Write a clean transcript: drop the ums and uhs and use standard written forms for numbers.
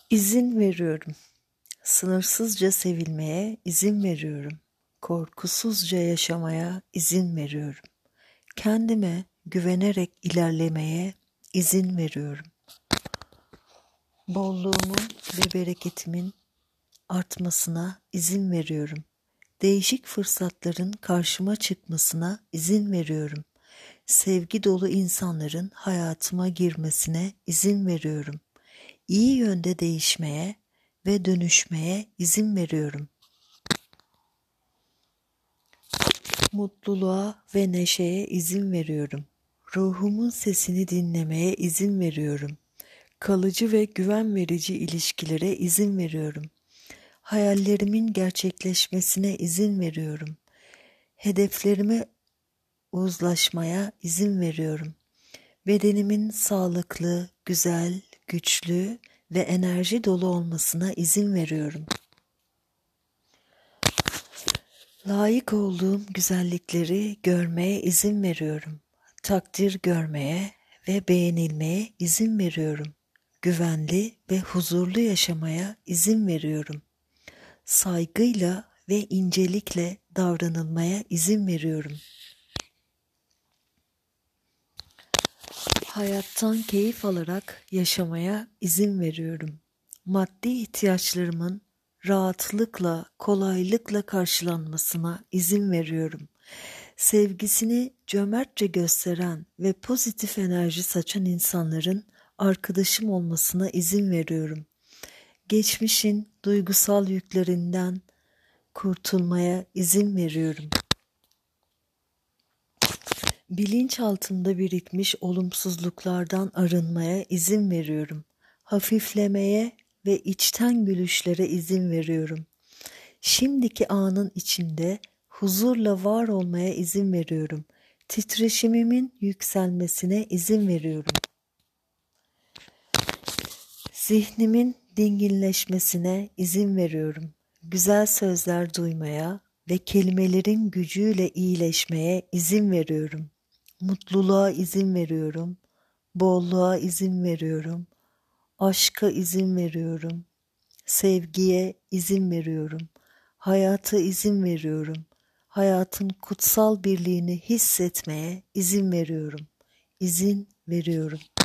İzin veriyorum. Sınırsızca sevilmeye izin veriyorum. Korkusuzca yaşamaya izin veriyorum. Kendime güvenerek ilerlemeye izin veriyorum. Bolluğumun ve bereketimin artmasına izin veriyorum. Değişik fırsatların karşıma çıkmasına izin veriyorum. Sevgi dolu insanların hayatıma girmesine izin veriyorum. İyi yönde değişmeye ve dönüşmeye izin veriyorum. Mutluluğa ve neşeye izin veriyorum. Ruhumun sesini dinlemeye izin veriyorum. Kalıcı ve güven verici ilişkilere izin veriyorum. Hayallerimin gerçekleşmesine izin veriyorum. Hedeflerime uzlaşmaya izin veriyorum. Bedenimin sağlıklı, güzel, güçlü ve enerji dolu olmasına izin veriyorum. Layık olduğum güzellikleri görmeye izin veriyorum. Takdir görmeye ve beğenilmeye izin veriyorum. Güvenli ve huzurlu yaşamaya izin veriyorum. Saygıyla ve incelikle davranılmaya izin veriyorum. Hayattan keyif alarak yaşamaya izin veriyorum. Maddi ihtiyaçlarımın rahatlıkla, kolaylıkla karşılanmasına izin veriyorum. Sevgisini cömertçe gösteren ve pozitif enerji saçan insanların arkadaşım olmasına izin veriyorum. Geçmişin duygusal yüklerinden kurtulmaya izin veriyorum. Bilinçaltımda birikmiş olumsuzluklardan arınmaya izin veriyorum. Hafiflemeye ve içten gülüşlere izin veriyorum. Şimdiki anın içinde huzurla var olmaya izin veriyorum. Titreşimimin yükselmesine izin veriyorum. Zihnimin dinginleşmesine izin veriyorum. Güzel sözler duymaya ve kelimelerin gücüyle iyileşmeye izin veriyorum. Mutluluğa izin veriyorum. Bolluğa izin veriyorum. Aşka izin veriyorum. Sevgiye izin veriyorum. Hayata izin veriyorum. Hayatın kutsal birliğini hissetmeye izin veriyorum. İzin veriyorum.